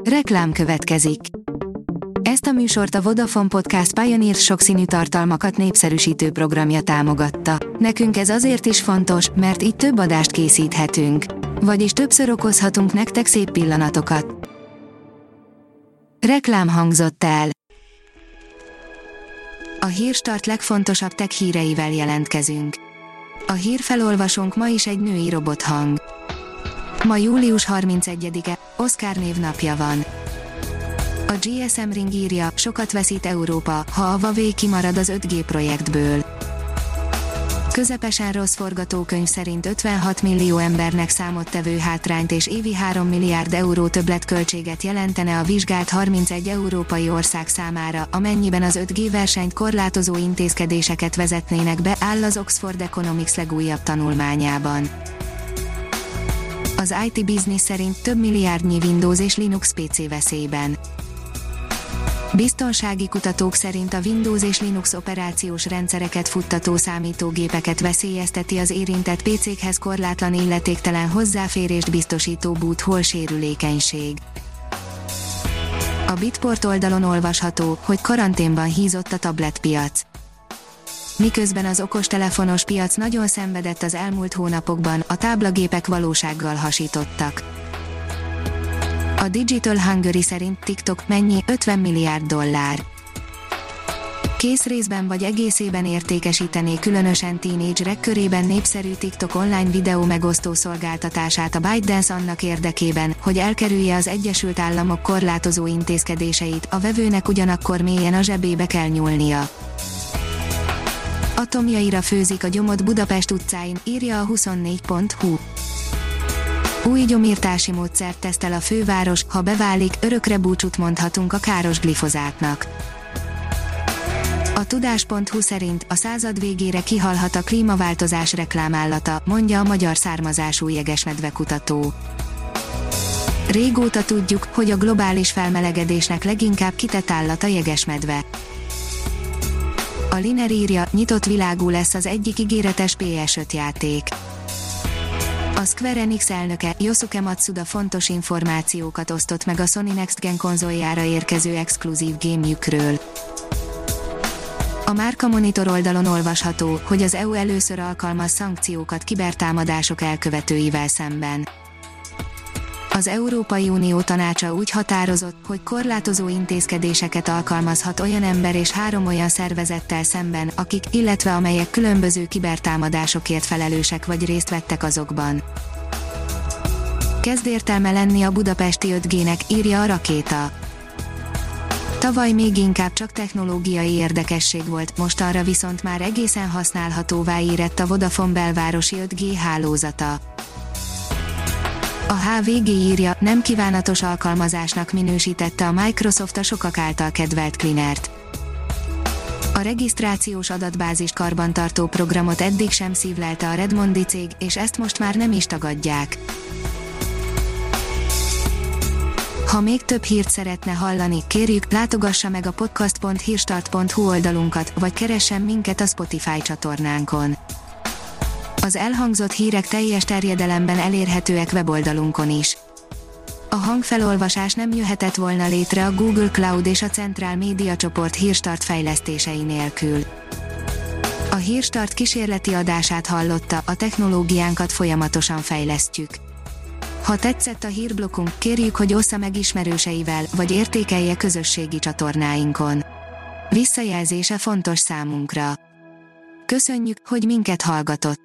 Reklám következik. Ezt a műsort a Vodafone Podcast Pioneer sokszínű tartalmakat népszerűsítő programja támogatta. Nekünk ez azért is fontos, mert így több adást készíthetünk. Vagyis többször okozhatunk nektek szép pillanatokat. Reklám hangzott el. A Hírstart legfontosabb tech híreivel jelentkezünk. A hírfelolvasónk ma is egy női robothang. Ma július 31-e, Oscar névnapja van. A GSM Ring írja, sokat veszít Európa, ha a Huawei kimarad az 5G projektből. Közepesen rossz forgatókönyv szerint 56 millió embernek számottevő hátrányt és évi 3 milliárd euró többletköltséget jelentene a vizsgált 31 európai ország számára, amennyiben az 5G versenyt korlátozó intézkedéseket vezetnének be, áll az Oxford Economics legújabb tanulmányában. Az IT Business szerint több milliárdnyi Windows és Linux PC veszélyben. Biztonsági kutatók szerint a Windows és Linux operációs rendszereket futtató számítógépeket veszélyezteti az érintett PC-khez korlátlan illetéktelen hozzáférést biztosító boot hole sérülékenység. A Bitport oldalon olvasható, hogy karanténban hízott a tabletpiac. Miközben az okostelefonos piac nagyon szenvedett az elmúlt hónapokban, a táblagépek valósággal hasítottak. A Digital Hungary szerint TikTok mennyi? 50 milliárd dollár. Kész részben vagy egészében értékesítené különösen tínédzserek körében népszerű TikTok online videó megosztó szolgáltatását a ByteDance annak érdekében, hogy elkerülje az Egyesült Államok korlátozó intézkedéseit, a vevőnek ugyanakkor mélyen a zsebébe kell nyúlnia. Atomjaira főzik a gyomot Budapest utcáin, írja a 24.hu. Új gyomírtási módszert tesztel a főváros, ha beválik, örökre búcsút mondhatunk a káros glifozátnak. A tudás.hu szerint a század végére kihalhat a klímaváltozás reklámállata, mondja a magyar származású jegesmedve kutató. Régóta tudjuk, hogy a globális felmelegedésnek leginkább kitett állat a jegesmedve. A Liner írja, nyitott világú lesz az egyik ígéretes PS5 játék. A Square Enix elnöke, Yosuke Matsuda fontos információkat osztott meg a Sony Next Gen konzoljára érkező exkluzív gémjükről. A Márka Monitor oldalon olvasható, hogy az EU először alkalmaz szankciókat kibertámadások elkövetőivel szemben. Az Európai Unió tanácsa úgy határozott, hogy korlátozó intézkedéseket alkalmazhat olyan ember és 3 olyan szervezettel szemben, akik, illetve amelyek különböző kibertámadásokért felelősek vagy részt vettek azokban. Kezd értelme lenni a budapesti 5G-nek, írja a Rakéta. Tavaly még inkább csak technológiai érdekesség volt, mostanra viszont már egészen használhatóvá érett a Vodafone belvárosi 5G hálózata. A HVG írja, nem kívánatos alkalmazásnak minősítette a Microsoft a sokak által kedvelt Cleanert. A regisztrációs adatbázist karbantartó programot eddig sem szívlelte a redmondi cég, és ezt most már nem is tagadják. Ha még több hírt szeretne hallani, kérjük, látogassa meg a podcast.hírstart.hu oldalunkat, vagy keressen minket a Spotify csatornánkon. Az elhangzott hírek teljes terjedelemben elérhetőek weboldalunkon is. A hangfelolvasás nem jöhetett volna létre a Google Cloud és a Central Media csoport Hírstart fejlesztései nélkül. A Hírstart kísérleti adását hallotta, a technológiánkat folyamatosan fejlesztjük. Ha tetszett a hírblokkunk, kérjük, hogy ossza meg ismerőseivel, vagy értékelje közösségi csatornáinkon. Visszajelzése fontos számunkra. Köszönjük, hogy minket hallgatott!